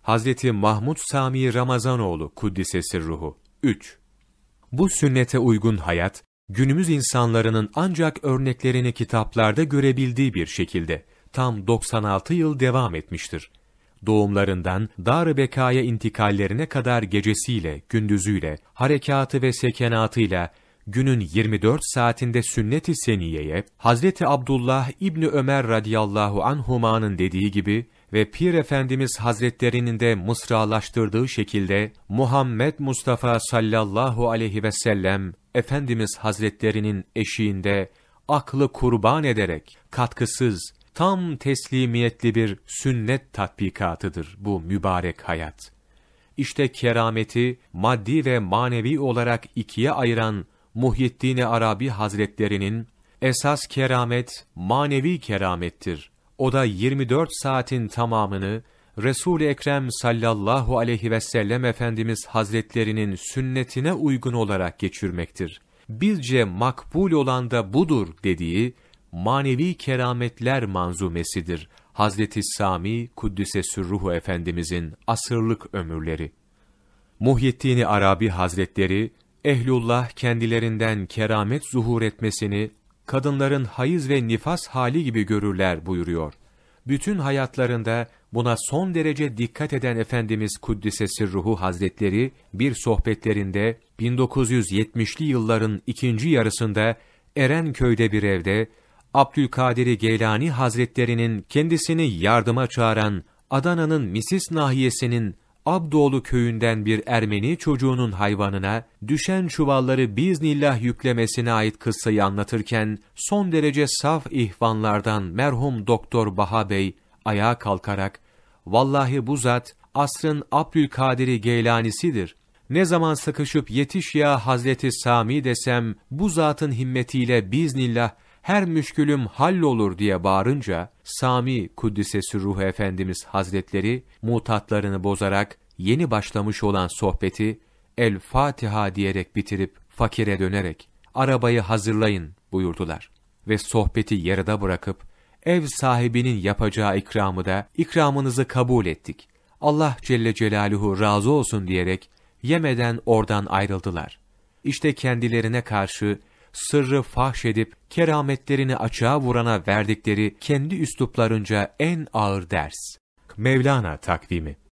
Hazreti Mahmud Sami Ramazanoğlu Kuddisesi Ruhu. 3. Bu sünnete uygun hayat, günümüz insanlarının ancak örneklerini kitaplarda görebildiği bir şekilde tam 96 yıl devam etmiştir. Doğumlarından Dar-ı Bekâ'ya intikallerine kadar gecesiyle, gündüzüyle, harekatı ve sekenatıyla, günün 24 saatinde sünnet-i seniyeye, Hazreti Abdullah İbni Ömer radıyallahu anhuma'nın dediği gibi ve Pir Efendimiz Hazretlerinin de mısralaştırdığı şekilde, Muhammed Mustafa sallallahu aleyhi ve sellem, Efendimiz Hazretlerinin eşiğinde, aklı kurban ederek, katkısız, tam teslimiyetli bir sünnet tatbikatıdır bu mübarek hayat. İşte kerameti, maddi ve manevi olarak ikiye ayıran Muhyiddin-i Arabi Hazretlerinin, esas keramet, manevi keramettir. O da 24 saatin tamamını, Resul-i Ekrem sallallahu aleyhi ve sellem Efendimiz Hazretlerinin sünnetine uygun olarak geçirmektir. Bizce makbul olan da budur dediği, manevi kerametler manzumesidir. Hazreti Sami Kuddisesürruhu Efendimizin asırlık ömürleri. Muhyiddin-i Arabi Hazretleri, Ehlullah kendilerinden keramet zuhur etmesini, kadınların hayız ve nifas hali gibi görürler buyuruyor. Bütün hayatlarında buna son derece dikkat eden Efendimiz Kuddisesirruhu Hazretleri, bir sohbetlerinde 1970'li yılların ikinci yarısında Erenköy'de bir evde, Abdülkadir Geylani Hazretlerinin kendisini yardıma çağıran Adana'nın Misis nahiyesinin Abdoğlu köyünden bir Ermeni çocuğunun hayvanına düşen çuvalları biiznillah yüklemesine ait kıssayı anlatırken son derece saf ihvanlardan merhum Doktor Baha Bey ayağa kalkarak "Vallahi bu zat asrın Abdülkadir Geylanisidir. Ne zaman sıkışıp yetiş ya Hazreti Sami desem bu zatın himmetiyle biiznillah her müşkülüm hallolur" diye bağırınca, Sami Kuddisesürruhu Efendimiz Hazretleri mutatlarını bozarak yeni başlamış olan sohbeti El Fatiha diyerek bitirip fakire dönerek arabayı hazırlayın buyurdular ve sohbeti yarıda bırakıp ev sahibinin yapacağı ikramı da ikramınızı kabul ettik, Allah Celle Celaluhu razı olsun diyerek yemeden oradan ayrıldılar. İşte kendilerine karşı sırrı fahşedip kerametlerini açığa vurana verdikleri kendi üsluplarınca en ağır ders. Mevlana takvimi.